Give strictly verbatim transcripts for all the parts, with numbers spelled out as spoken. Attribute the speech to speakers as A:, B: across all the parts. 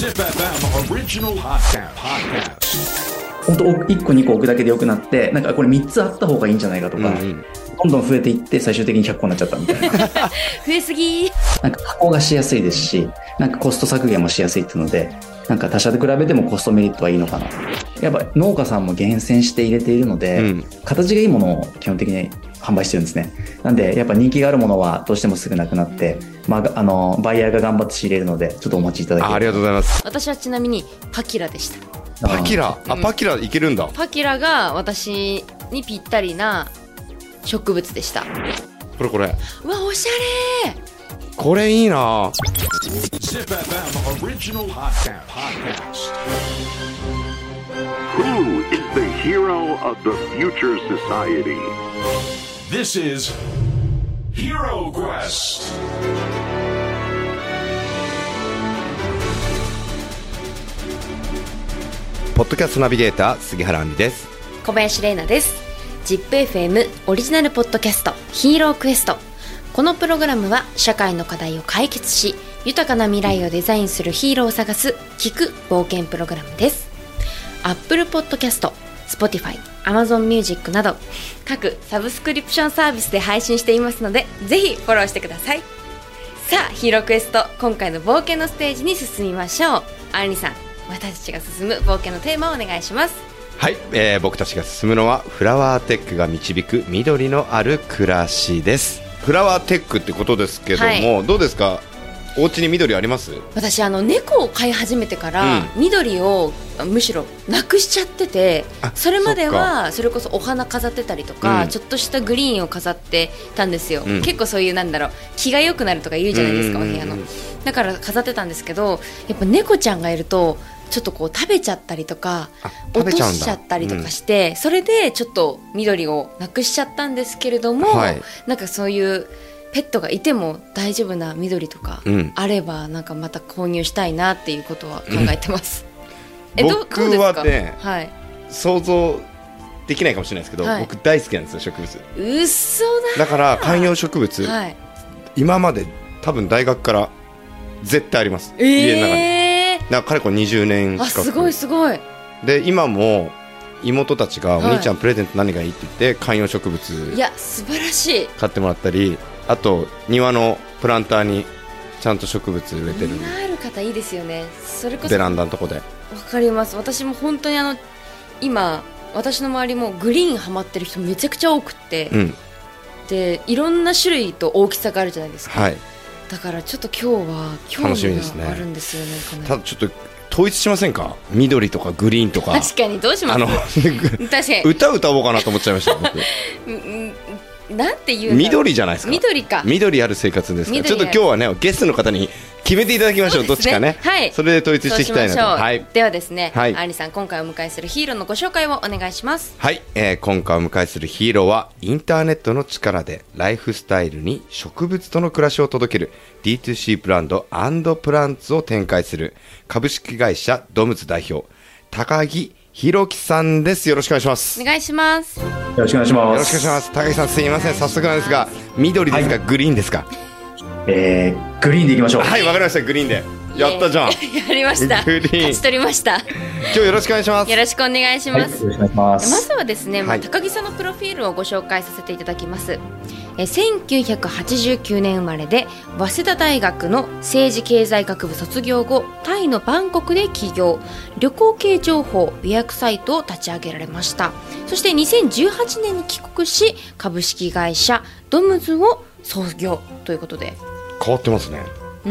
A: 本当いっこにこ置くだけでよくなって、なんかこれみっつあった方がいいんじゃないかとか、うんうん、どんどん増えていって最終的にひゃっこになっちゃったみたいな増
B: えすぎ。
A: なんか加工がしやすいですし、なんかコスト削減もしやすいっていうので、なんか他社で比べてもコストメリットはいいのかな。やっぱ農家さんも厳選して入れているので、うん、形がいいものを基本的に販売してるんですね。なんでやっぱ人気があるものはどうしてもすぐなくなって、まあ、あのバイヤーが頑張って仕入れるのでちょっとお待ちいただければ。
C: あ, ありがとうございます。
B: 私はちなみにパキラでした。
C: パキラ、あ、パキラいけるんだ。
B: パキラが私にぴったりな植物でした。
C: これこれ、
B: うわおしゃれ。
C: これいいな。
D: Who is the hero of the future society?
E: This is Hero Quest.
C: ポッドキャストナビゲーター杉原杏里です。
B: 小林玲奈です。 ジップエフエム オリジナルポッドキャストヒーロークエスト。このプログラムは社会の課題を解決し豊かな未来をデザインするヒーローを探す聞く冒険プログラムです。 Apple Podcast、Spotify、Amazon Music など各サブスクリプションサービスで配信していますのでぜひフォローしてください。さあヒーロークエスト、今回の冒険のステージに進みましょう。杏里さん、私たちが進む冒険のテーマをお願いします。
C: はい、えー、僕たちが進むのはフラワーテックが導く緑のある暮らしです。フラワーテックってことですけども、はい、どうですか、お家に緑あります？
B: 私あの猫を飼い始めてから、うん、緑をむしろなくしちゃってて、それまではそれこそお花飾ってたりとか、うん、ちょっとしたグリーンを飾ってたんですよ、うん、結構そういうなんだろう気が良くなるとか言うじゃないですか、お部屋の。だから飾ってたんですけど、やっぱ猫ちゃんがいるとちょっとこう食べちゃったりとか落としちゃったりとかして、うん、それでちょっと緑をなくしちゃったんですけれども、はい、なんかそういうペットがいても大丈夫な緑とかあれば、うん、なんかまた購入したいなっていうことは考えてます、
C: うん、え僕はね、はい、想像できないかもしれないですけど、はい、僕大好きなんですよ植物。
B: うそだ。
C: だから観葉植物、はい、今まで多分大学から絶対あります、えー、家の中に。なんかかれこれにじゅうねん近く。
B: あ、すごいすごい。
C: で今も妹たちがお兄ちゃんプレゼント何がいいって言って観葉植物、
B: いや素晴らしい、
C: 買ってもらったり、あと庭のプランターにちゃんと植物植えてる。
B: 庭ある方いいですよね。それこそ
C: ベランダのとこで。わ
B: かります。私も本当にあの今私の周りもグリーンハマってる人めちゃくちゃ多くって、うん、でいろんな種類と大きさがあるじゃないですか、はい、だからちょっと今日は興味があるんですよね。
C: ただちょっと統一しませんか、緑とかグリーンとか。
B: 確かにどうします？あの確かに
C: 歌歌おうかなと思っちゃいました僕
B: なんていう
C: 緑じゃないですか。
B: 緑か。
C: 緑ある生活ですから、ちょっと今日はねゲストの方に決めていただきましょう、うね、どっちかね、はい、それで統一していきたいなと。はい、
B: ではですね、はい、杏里さん今回お迎えするヒーローのご紹介をお願いします。
C: はい、えー、今回お迎えするヒーローはインターネットの力でライフスタイルに植物との暮らしを届ける ディーツーシー ブランド&プランツを展開する株式会社ドムズ代表高木弘樹さんです。よろしくお願いします。
B: お願いします。
A: よろしくお願いします。
C: よろしくお願いします。高木さんすいません、早速なんですが緑ですか、はい、グリーンですか？
A: えー、グリーンでいきましょう。
C: はい、わかりました。グリーンでやったじゃん。
B: やりました。グリーン勝ち取りました。
C: 今日よろしくお願いします。
B: よろしくお願いします。
A: はい、よろしくお願いします。
B: まずはですね、まあ、高木さんのプロフィールをご紹介させていただきます。えせんきゅうひゃくはちじゅうきゅうねん生まれで早稲田大学の政治経済学部卒業後、タイのバンコクで起業、旅行系情報予約サイトを立ち上げられました。そしてにせんじゅうはちねんに帰国し株式会社ドムズを創業ということで。
C: 変わってますね。うん、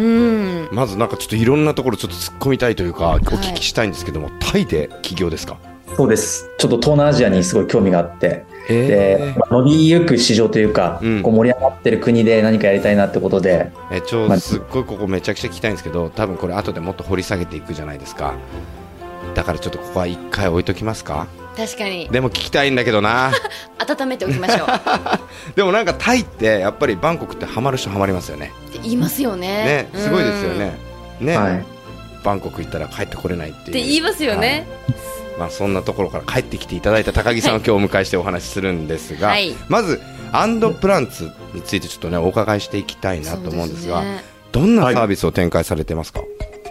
C: まずなんかちょっといろんなところちょっと突っ込みたいというか、はい、お聞きしたいんですけども、タイで起業ですか？
A: そうです。ちょっと東南アジアにすごい興味があって、で伸びゆく市場というか、うん、こう盛り上がってる国で何かやりたいなってことで、
C: えちょすっごいここめちゃくちゃ聞きたいんですけど、多分これ後でもっと掘り下げていくじゃないですか。だからちょっとここは一回置いときますか？
B: 確かに。
C: でも聞きたいんだけどな
B: 温めておきましょう
C: でもなんかタイってやっぱりバンコクってハマる人ハマりますよね。
B: って言いますよね。
C: ね、すごいですよね。ね、はい、バンコク行ったら帰ってこれないっていう。
B: って言いますよね。
C: はい、まあそんなところから帰ってきていただいた高木さんを今日お迎えしてお話しするんですが、はい、まずアンドプランツについてちょっとねお伺いしていきたいなと思うんですが、すね、どんなサービスを展開されてますか？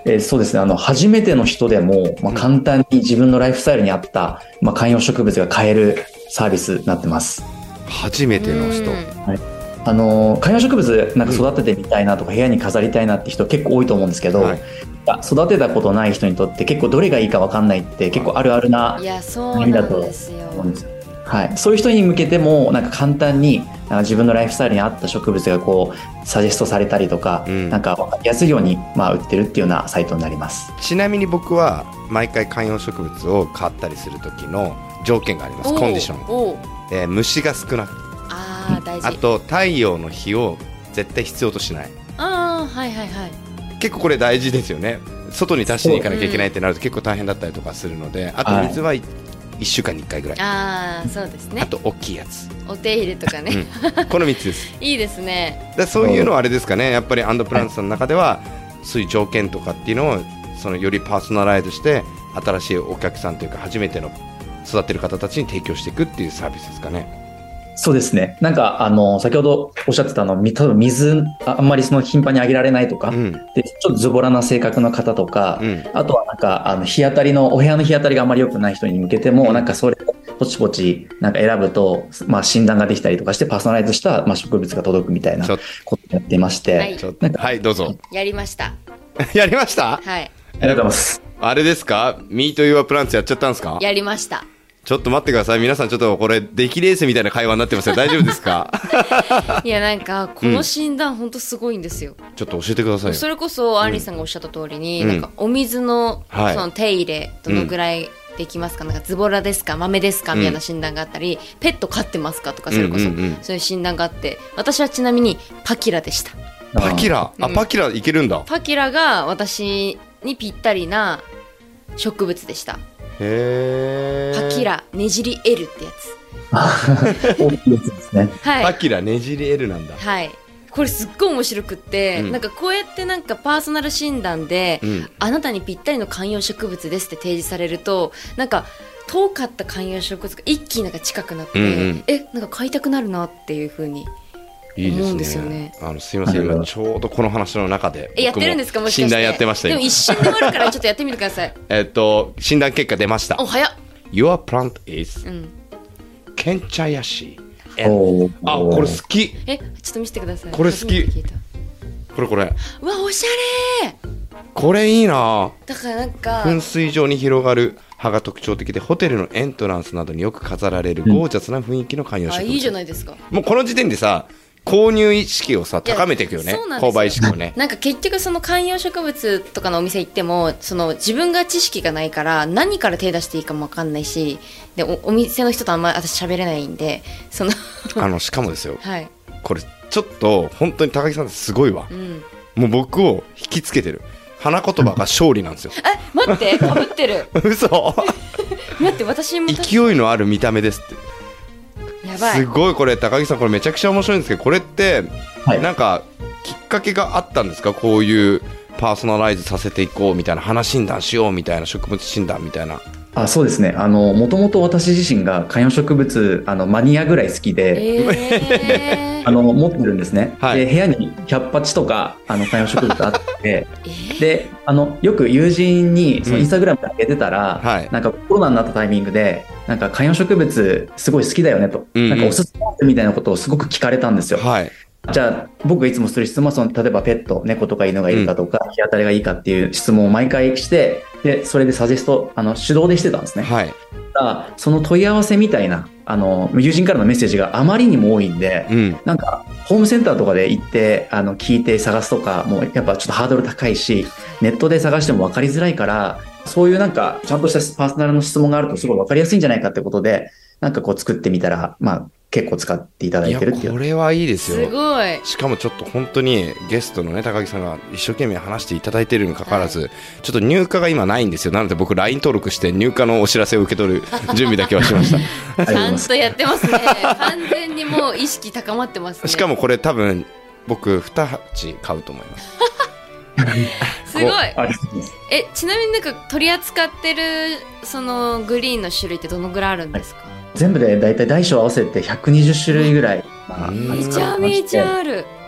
A: えー、そうですね。あの、初めての人でも、まあ、簡単に自分のライフスタイルに合った、まあ、観葉植物が買えるサービスになってます。
C: 初めての人。
A: はい。あの、観葉植物なんか育ててみたいなとか、部屋に飾りたいなって人結構多いと思うんですけど、はい、育てたことない人にとって結構どれがいいか分かんないって結構あるあるな悩みだと思うんですよ。はい、そういう人に向けてもなんか簡単になんか自分のライフスタイルに合った植物がこうサジェストされたりとか、うん、なんか分かりやすいようにまあ売ってるっていうようなサイトになります。
C: ちなみに僕は毎回観葉植物を買ったりする時の条件があります。コンディション、えー、虫が少なく、
B: あー大事。
C: あと太陽の日を絶対必要としない。
B: あーはいはいはい。
C: 結構これ大事ですよね。外に出しに行かなきゃいけないってなると結構大変だったりとかするので、あと水はいいっしゅうかんにいっかいぐらい。
B: ああそうですね。
C: あと大きいやつ、
B: お手入れとかね、
C: うん、このみっつです。
B: いいですね。
C: だそういうのはあれですかね、やっぱりアンドプランツの中ではそういう条件とかっていうのをそのよりパーソナライズして新しいお客さんというか初めての育てる方たちに提供していくっていうサービスですかね。
A: そうですね。なんかあの先ほどおっしゃってたの、多分水あんまりその頻繁にあげられないとか、うん、でちょっとズボラな性格の方とか、うん、あとはなんかあの日当たりのお部屋の日当たりがあんまり良くない人に向けても、うん、なんかそれをポチポチなんか選ぶと、まあ、診断ができたりとかしてパーソナライズした、まあ、植物が届くみたいなことをやっていまして、
B: はい、
A: なんか
C: はいどうぞ。
B: やりました
C: やりました。
B: はい、
A: ありがとうございます。あ
C: れですか、ミートユアプランツやっちゃったんですか。
B: やりました。
C: ちょっと待ってください。皆さんちょっとこれ出来レースみたいな会話になってますよ。大丈夫ですか。
B: いやなんかこの診断本当すごいんですよ、
C: うん、ちょっと教えてくださいよ。
B: それこそアンリさんがおっしゃった通りに、うん、なんかお水 の, その手入れどのぐらいできますか、うん、なんかズボラですか豆ですかみたいな診断があったり、うん、ペット飼ってますかとか、それこそそういう診断があって、私はちなみにパキラでした。
C: パキラ、あ、うん、パキラいけるんだ。
B: パキラが私にぴったりな植物でした。
C: へ
B: パキラねじり L ってや
A: つ。大きいやつですね。
B: はい。
C: パキラねじり L なんだ。
B: はい。これすっごい面白くって、うん、なんかこうやってなんかパーソナル診断で、うん、あなたにぴったりの観葉植物ですって提示されると、なんか遠かった観葉植物が一気になんか近くなって、うんうん、えなんか買いたくなるなっていう風に
C: いいですね、思うんですよね。あのすいません、今ちょうどこの話の中で
B: やってるんですか、もしかして。
C: 診断やってましたよ。
B: でも一瞬で終わるからちょっとやってみてください。
C: えっと診断結果出ました。
B: お早っ。
C: Your plant is、うん、ケンチャヤシ。あ、これ好き。
B: え、ちょっと見せてください。
C: これ好き。これこれ。
B: うわ、おしゃれ。
C: これいいな。
B: だからなんか
C: 噴水状に広がる葉が特徴的で、ホテルのエントランスなどによく飾られるゴージャスな雰囲気の観葉植物、
B: うん、あ、いいじゃないですか。
C: もうこの時点でさ、購入意識をさ高めていくよね。購買意識をね。
B: なんか結局その観葉植物とかのお店行っても、その自分が知識がないから何から手出していいかも分かんないし、で お, お店の人とあんまり私喋れないんで、その
C: あのしかもですよ、
B: はい、
C: これちょっと本当に高木さんすごいわ、うん、もう僕を引きつけてる。花言葉が勝利なんですよ。
B: え、待ってかぶってる。
C: 嘘。
B: 待って、私も
C: 勢いのある見た目ですって。
B: やばい。
C: すごい。これ高木さん、これめちゃくちゃ面白いんですけど、これって、はい、なんかきっかけがあったんですか。こういうパーソナライズさせていこうみたいな、花診断しようみたいな、植物診断みたいな。
A: あ、そうですね。あのもともと私自身が観葉植物あのマニアぐらい好きで、えー、あの持ってるんですね、はい、で部屋にひゃっ鉢とかあの観葉植物あって、えー、であのよく友人にそのインスタグラムで上げてたら、うん、はい、なんかコロナになったタイミングでなんか観葉植物すごい好きだよねと、うんうん、なんかおすすめみたいなことをすごく聞かれたんですよ。はい、じゃあ僕がいつもする質問はその例えばペット猫とか犬がいるかとか、うん、日当たりがいいかっていう質問を毎回して、でそれでサジェストあの手動でしてたんですね。はい、だその問い合わせみたいなあの友人からのメッセージがあまりにも多いんで、うん、なんかホームセンターとかで行ってあの聞いて探すとかもやっぱちょっとハードル高いし、ネットで探しても分かりづらいから、そういうなんかちゃんとしたパーソナルの質問があるとすごい分かりやすいんじゃないかってことで、なんかこう作ってみたら、まあ結構使っていただいてるっていう。いや、
C: これはいいですよ。
B: すごい。
C: しかもちょっと本当にゲストのね高木さんが一生懸命話していただいているにもかかわらず、はい、ちょっと入荷が今ないんですよ。なので僕 ライン 登録して入荷のお知らせを受け取る準備だけはしました
B: ちゃんとやってますね。完全にもう意識高まってますね。
C: しかもこれ多分僕に鉢買うと思います
B: すごい。え、ちなみになんか取り扱ってるそのグリーンの種類ってどのぐらいあるんですか。はい、
A: 全部でだいたい大小合わせてひゃくにじゅっしゅるいぐらい、
B: まあ、めちゃめちゃある。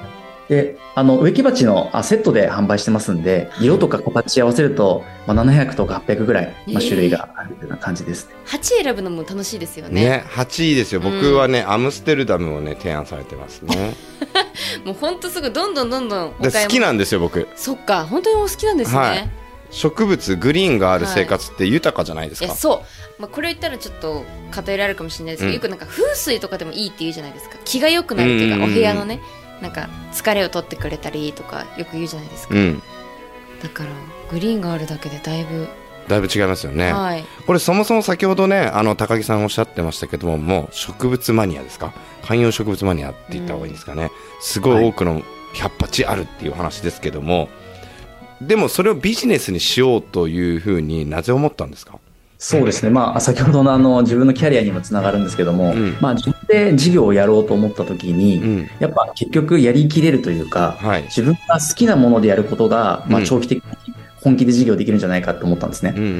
A: で、あの、植木鉢のあセットで販売してますんで、色とか形合わせると、まあ、ななひゃくとかはっぴゃくぐらい、まあ、種類があるような感じですね。
B: 鉢選ぶのも楽しいですよね。
C: ね、鉢いいですよ。僕はね、うん、アムステルダムをね、提案されてますね。
B: もう本当すぐどんどんどんどん
C: で好きなんですよ、僕。
B: そっか、本当にお好きなんですね。はい、
C: 植物、グリーンがある生活って豊かじゃないですか。
B: はい、いやそう。まあ、これ言ったらちょっと偏られるかもしれないですけど、うん、よくなんか風水とかでもいいって言うじゃないですか。気が良くなるっていうか、うんうんうん、お部屋のね、なんか疲れを取ってくれたりとかよく言うじゃないですか、うん、だからグリーンがあるだけでだいぶ
C: だいぶ違いますよね、
B: はい、
C: これそもそも先ほどね、あの高木さんおっしゃってましたけども、もう植物マニアですか、観葉植物マニアって言った方がいいですかね、うん、すごい多くのひゃっ鉢あるっていう話ですけども、はい、でもそれをビジネスにしようというふうになぜ思ったんですか？
A: そうですね、まあ、先ほどのあの自分のキャリアにもつながるんですけども、うん、まあ、自分で事業をやろうと思った時に、うん、やっぱ結局やりきれるというか、はい、自分が好きなものでやることが、まあ、長期的に本気で事業できるんじゃないかと思ったんですね、うんうんうん、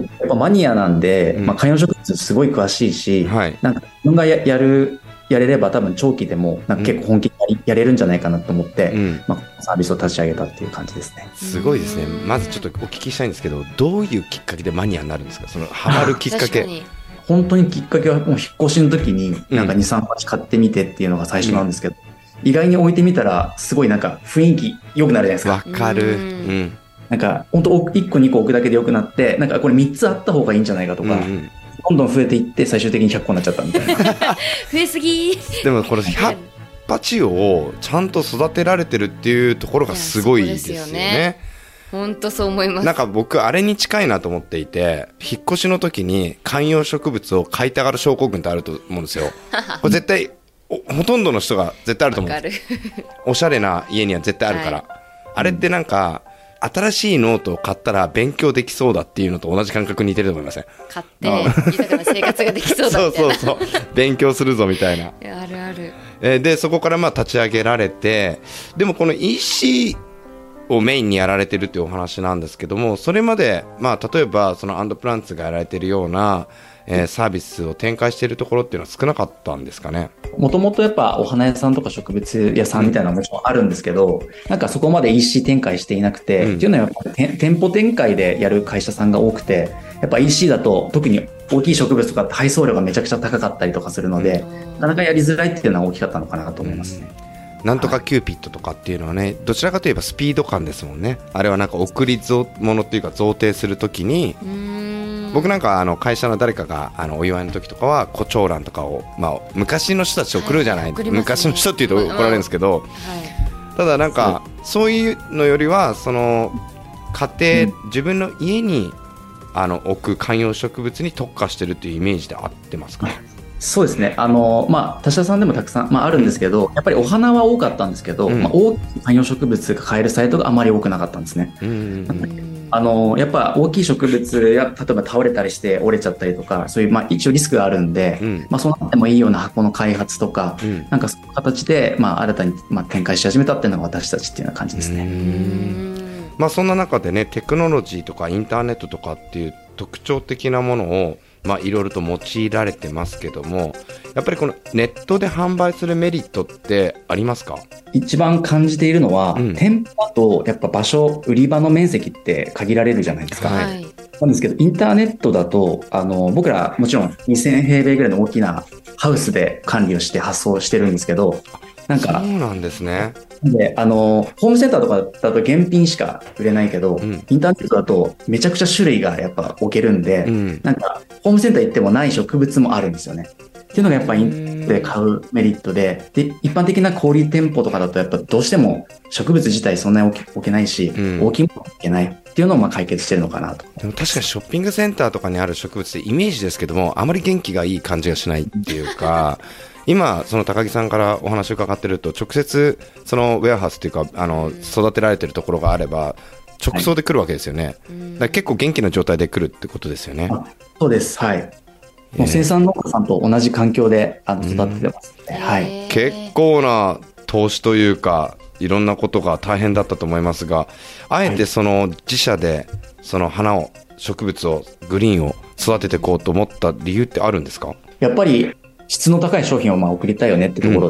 A: やっぱマニアなんで、うん、まあ、観葉植物すごい詳しいし、はい、なんか自分が や, やるやれれば多分長期でもなんか結構本気で や, やれるんじゃないかなと思って、うんまあ、サービスを立ち上げたっていう感じですね。
C: すごいですね。まずちょっとお聞きしたいんですけど、どういうきっかけでマニアになるんですか？そのハマるきっかけ。
A: 本当にきっかけはもう引っ越しの時になんかに、さん鉢買ってみてっていうのが最初なんですけど、うん、意外に置いてみたらすごいなんか雰囲気良くなるじゃないですか。
C: わかる。うん、
A: なんか本当いっこにこ置くだけで良くなって、なんかこれみっつあった方がいいんじゃないかとか、うんうんどんどん増えていって最終的にひゃっこになっちゃったみたいな増
B: えすぎ
C: でもこのひゃっ鉢をちゃんと育てられてるっていうところがすごいですよね。
B: 本当そう思います。
C: なんか僕あれに近いなと思っていて、引っ越しの時に観葉植物を買いたがる症候群ってあると思うんですよ。これ絶対ほとんどの人が絶対あると思うんです。おしゃれな家には絶対あるから、はい、あれってなんか新しいノートを買ったら勉強できそうだっていうのと同じ感覚に似てると思いません？
B: 買って豊かな生活ができそうだみたいな
C: そうそうそう勉強するぞみたいな。
B: いやあるある。
C: えー、でそこからまあ立ち上げられて、でもこの イーシー をメインにやられてるっていうお話なんですけども、それまでまあ例えばそのアンドプランツがやられているようなえー、サービスを展開しているところっていうのは少なかったんですかね。
A: もともとやっぱお花屋さんとか植物屋さんみたいなのももちろんあるんですけど、うん、なんかそこまで イーシー 展開していなくて、うん、っていうのはやっぱ店舗展開でやる会社さんが多くて、やっぱ イーシー だと特に大きい植物とかって配送料がめちゃくちゃ高かったりとかするので、なかなかやりづらいっていうのは大きかったのかなと思いますね。
C: うん、なんとかキューピッドとかっていうのはね、どちらかといえばスピード感ですもんね。あれはなんか送り物っていうか贈呈するときに、僕なんかあの会社の誰かがあのお祝いの時とかは胡蝶蘭とかを、まあ、昔の人たち送るじゃない、はいね、昔の人っていうと怒られるんですけど、うんはい、ただなんかそういうのよりはその家庭、うん、自分の家にあの置く観葉植物に特化してるっていうイメージで合ってますか？
A: そうですね。あの、まあ、他社さんでもたくさん、まあ、あるんですけど、やっぱりお花は多かったんですけど、うん、まあ、大きい観葉植物が買えるサイトがあまり多くなかったんですね。うん、あの、やっぱ大きい植物や、例えば倒れたりして折れちゃったりとか、そういう、まあ、一応リスクがあるんで、うん、まあ、そうなってもいいような箱の開発とか、うん、なんかそういう形で、まあ、新たに、まあ、展開し始めたっていうのが私たちっていうような感じですね。
C: うんまあ、そんな中でね、テクノロジーとかインターネットとかっていう特徴的なものをまあいろいろと用いられてますけども、やっぱりこのネットで販売するメリットってありますか？
A: 一番感じているのは、うん、店舗だとやっぱ場所、売り場の面積って限られるじゃないですか。はい、なんですけどインターネットだとあの僕らもちろんにせんへいべいぐらいの大きなハウスで管理をして発送してるんですけど、なんか
C: そうなんですね。
A: であのホームセンターとかだと現品しか売れないけど、うん、インターネットだとめちゃくちゃ種類がやっぱ置けるんで、うん、なんかホームセンター行ってもない植物もあるんですよね。っていうのがやっぱインターネットで買うメリットで、で一般的な小売店舗とかだとやっぱどうしても植物自体そんなに置けないし、うん、大きいもの置けないっていうのをまあ解決してるのかなと。
C: でも確かにショッピングセンターとかにある植物ってイメージですけども、あまり元気がいい感じがしないっていうか今その高木さんからお話を伺ってると、直接そのウェアハウスっていうかあの育てられてるところがあれば直送で来るわけですよね。はい、だから結構元気な状態で来るってことですよね。
A: あ、そうです。はい。もう生産農家さんと同じ環境であの育ててますね。はい。
C: 結構な投資というかいろんなことが大変だったと思いますが、あえてその自社でその花を植物をグリーンを育てていこうと思った理由ってあるんですか？
A: やっぱり質の高い商品をまあ送りたいよねってところで、うん、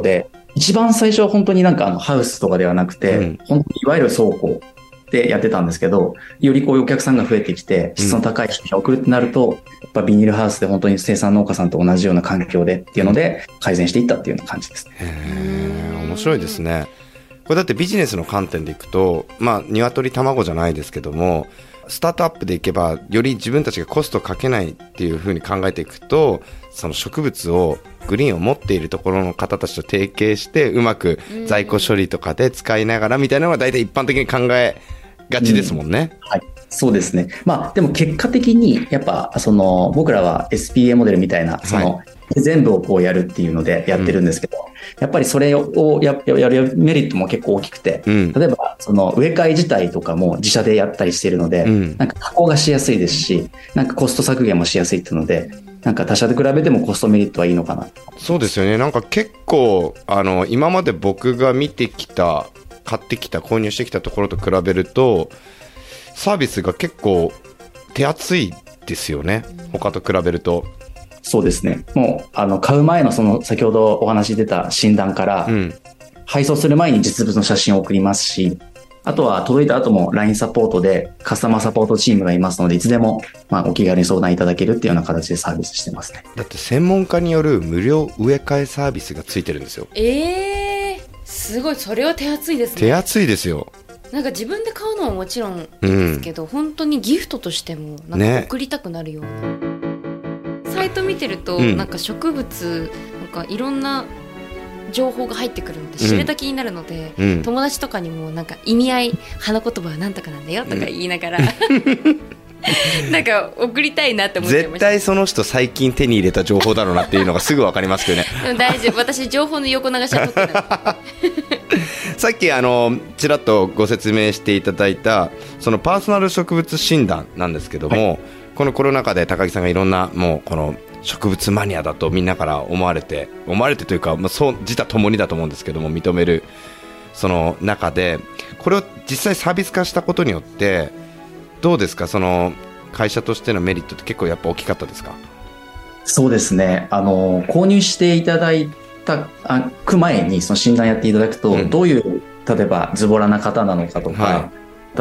A: 一番最初は本当になんかあのハウスとかではなくて、うん、本当にいわゆる倉庫でやってたんですけど、よりこういうお客さんが増えてきて、質の高い商品を送るってなると、やっぱビニールハウスで本当に生産農家さんと同じような環境でっていうので、改善していったっていうような感じですね。
C: へー、面白いですね。これだってビジネスの観点でいくと、まあ、鶏卵じゃないですけども、スタートアップでいけば、より自分たちがコストをかけないっていう風に考えていくと、その植物を、グリーンを持っているところの方たちと提携して、うまく在庫処理とかで使いながらみたいなのが大体一般的に考えがちですもんね。
A: うん、はい。そうですね。まあ、でも結果的に、やっぱ、その、僕らは エスピーエー モデルみたいな、その、はい、全部をこうやるっていうのでやってるんですけど、うん、やっぱりそれを や, やるメリットも結構大きくて、うん、例えばその植え替え自体とかも自社でやったりしているので、うん、なんか加工がしやすいですし、なんかコスト削減もしやすいっていうので、なんか他社で比べてもコストメリットはいいのかな。
C: そうですよね。なんか結構あの今まで僕が見てきた、買ってきた、購入してきたところと比べるとサービスが結構手厚いですよね。他と比べると。
A: そうですね。もうあの買う前のその先ほどお話出た診断から、うん、配送する前に実物の写真を送りますし、あとは届いた後も ライン サポートでカスタマーサポートチームがいますので、いつでもまあお気軽に相談いただけるっていうような形でサービスしてますね。
C: だって専門家による無料植え替えサービスがついてるんですよ。
B: えー、すごい。それは手厚いですね。
C: 手厚いですよ。
B: なんか自分で買うのはもちろんいいですけど、うん、本当にギフトとしてもなんか送りたくなるような、ね、サイト見てると、うん、なんか植物なんかいろんな情報が入ってくるので知れた気になるので、うん、友達とかにもなんか意味合い花言葉はなんとかなんだよとか言いながら、うん、なんか送りたいなって思ってました。
C: 絶対その人最近手に入れた情報だろうなっていうのがすぐ分かりますけどね。
B: でも大丈夫、私情報の横流しは取ってない
C: さっきあのちらっとご説明していただいたそのパーソナル植物診断なんですけども、はい、このコロナ禍で高木さんがいろんなもうこの植物マニアだとみんなから思われて思われてというか、まあ、そう自他ともにだと思うんですけども、認めるその中でこれを実際サービス化したことによってどうですか、その会社としてのメリットって結構やっぱ大きかったですか？
A: そうですね、あの購入していただいたあく前にその診断やっていただくと、うん、どういう例えばズボラな方なのかとか、はい、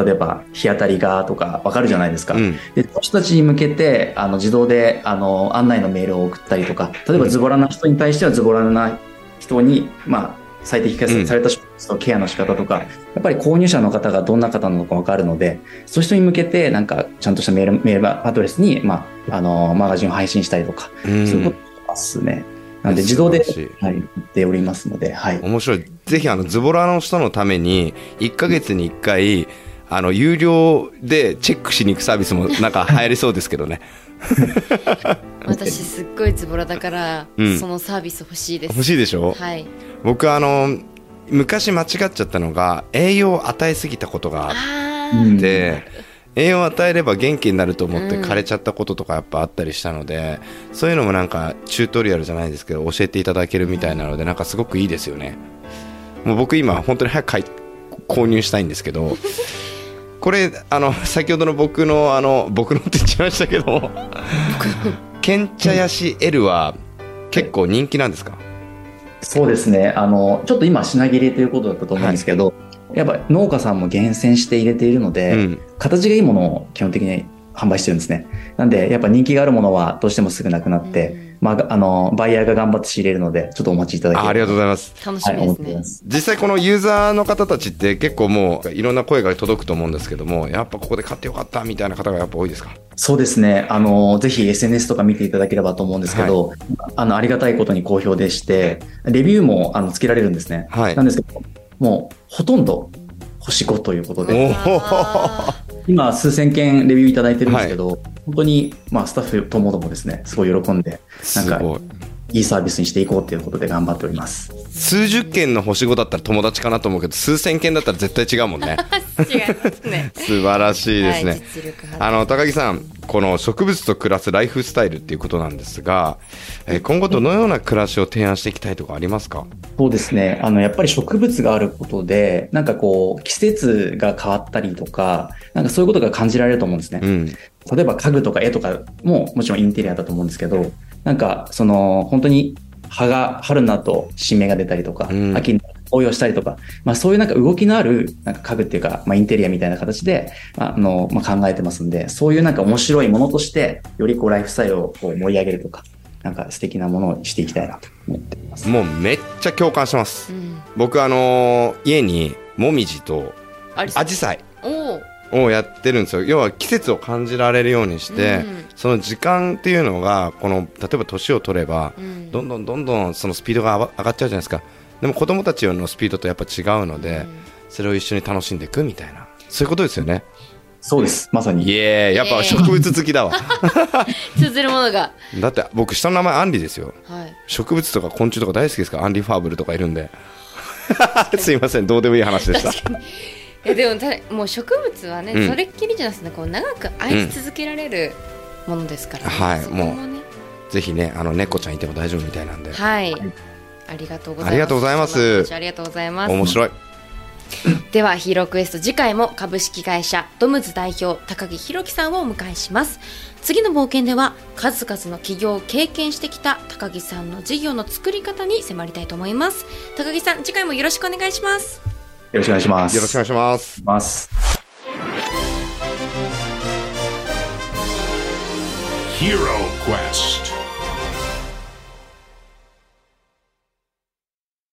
A: 例えば日当たりがとか分かるじゃないですか、うん、でその人たちに向けてあの自動であの案内のメールを送ったりとか、例えばズボラな人に対してはズボラな人に、まあ、最適化された植物のケアの仕方とか、やっぱり購入者の方がどんな方なのか分かるので、そういう人に向けてなんかちゃんとしたメール、メールアドレスに、まあ、あのマガジンを配信したりとか、うん、そういうことですね。なので自動で、はい、言っておりますので、はい、
C: 面白い。ぜひあのズボラの人のためにいっかげつにいっかいあの有料でチェックしに行くサービスもなんか流行りそうですけどね。
B: 私すっごいズボラだから、うん、そのサービス欲しいです。
C: 欲しいでしょ、はい、僕あの昔間違っちゃったのが栄養を与えすぎたことがあって、栄養を与えれば元気になると思って枯れちゃったこととかやっぱあったりしたので、うん、そういうのもなんかチュートリアルじゃないですけど教えていただけるみたいなので、なんかすごくいいですよね。もう僕今本当に早く買い購入したいんですけどこれあの先ほどの僕のあの僕のって言っちゃいましたけどケンチャヤシ L は結構人気なんですか？
A: そうですね、あのちょっと今品切れということだったと思うんですけど、はい、やっぱ農家さんも厳選して入れているので、うん、形がいいものを基本的に販売してるんですね。なんでやっぱ人気があるものはどうしてもすぐなくなって、まあ、あのバイヤーが頑張って仕入れるのでちょっとお待ちいただければ。
C: あ, ありがとうございます。
B: 楽しみですね、はい、
C: 実際このユーザーの方たちって結構もういろんな声が届くと思うんですけども、やっぱここで買ってよかったみたいな方がやっぱ多いですか？
A: そうですね、あのぜひ エスエヌエス とか見ていただければと思うんですけど、はい、あのありがたいことに好評でしてレビューもあのつけられるんですね、はい、なんですけどもうほとんど星ごということで今数千件レビューいただいてるんですけど、はい、本当に、まあ、スタッフともどもですねすごい喜んでなんかいいサービスにしていこうということで頑張っております。
C: 数十件の星ごだったら友達かなと思うけど数千件だったら絶対違うもんね。
B: 違いますね。
C: 素晴らしいですね、はい、
B: 実力派。
C: あの高木さん、この植物と暮らすライフスタイルっていうことなんですが、えー、今後どのような暮らしを提案していきたいとかありますか？
A: そうですね、あのやっぱり植物があることでなんかこう季節が変わったりとかなんかそういうことが感じられると思うんですね、うん、例えば家具とか絵とかももちろんインテリアだと思うんですけど、なんかその本当に葉が、春になると新芽が出たりとか、うん、秋に紅葉したりとか、まあそういうなんか動きのあるなんか家具っていうか、まあインテリアみたいな形で、あの、まあ考えてますんで、そういうなんか面白いものとして、よりこうライフスタイルをこう盛り上げるとか、なんか素敵なものにしていきたいなと思っています。
C: もうめっちゃ共感してます。うん、僕あのー、家にもみじとアジサイをやってるんですよ。要は季節を感じられるようにして、うん、その時間っていうのがこの例えば年を取れば、うん、どんどんどんどんそのスピードが上がっちゃうじゃないですか。でも子供たちのスピードとやっぱ違うので、うん、それを一緒に楽しんでいくみたいな、そういうことですよね。
A: そうです、まさに。
C: イエーイ、やっぱ植物好きだわ。
B: 通ずるものが。だ
C: って僕下の名前アンリですよ、はい、植物とか昆虫とか大好きですから。アンリファーブルとかいるんで。すいません、どうでもいい話でした。
B: いやでもたもう植物はね、うん、それっきりじゃなくてこう長く愛し続けられるものですからね、
C: うん、はい、もうね、ぜひね、あの猫ちゃんいても大丈夫みたいなんで、
B: はい、ありがとうございます。
C: ありがとうございます。
B: ありがとうございます。
C: 面白い。
B: ではヒーロークエスト、次回も株式会社ドムズ代表高木宏樹さんをお迎えします。次の冒険では数々の起業を経験してきた高木さんの事業の作り方に迫りたいと思います。高木さん、次回もよろしくお願いします。
A: よろしくお願いします。
C: よろしくお願いします。
A: ます。
E: Hero Quest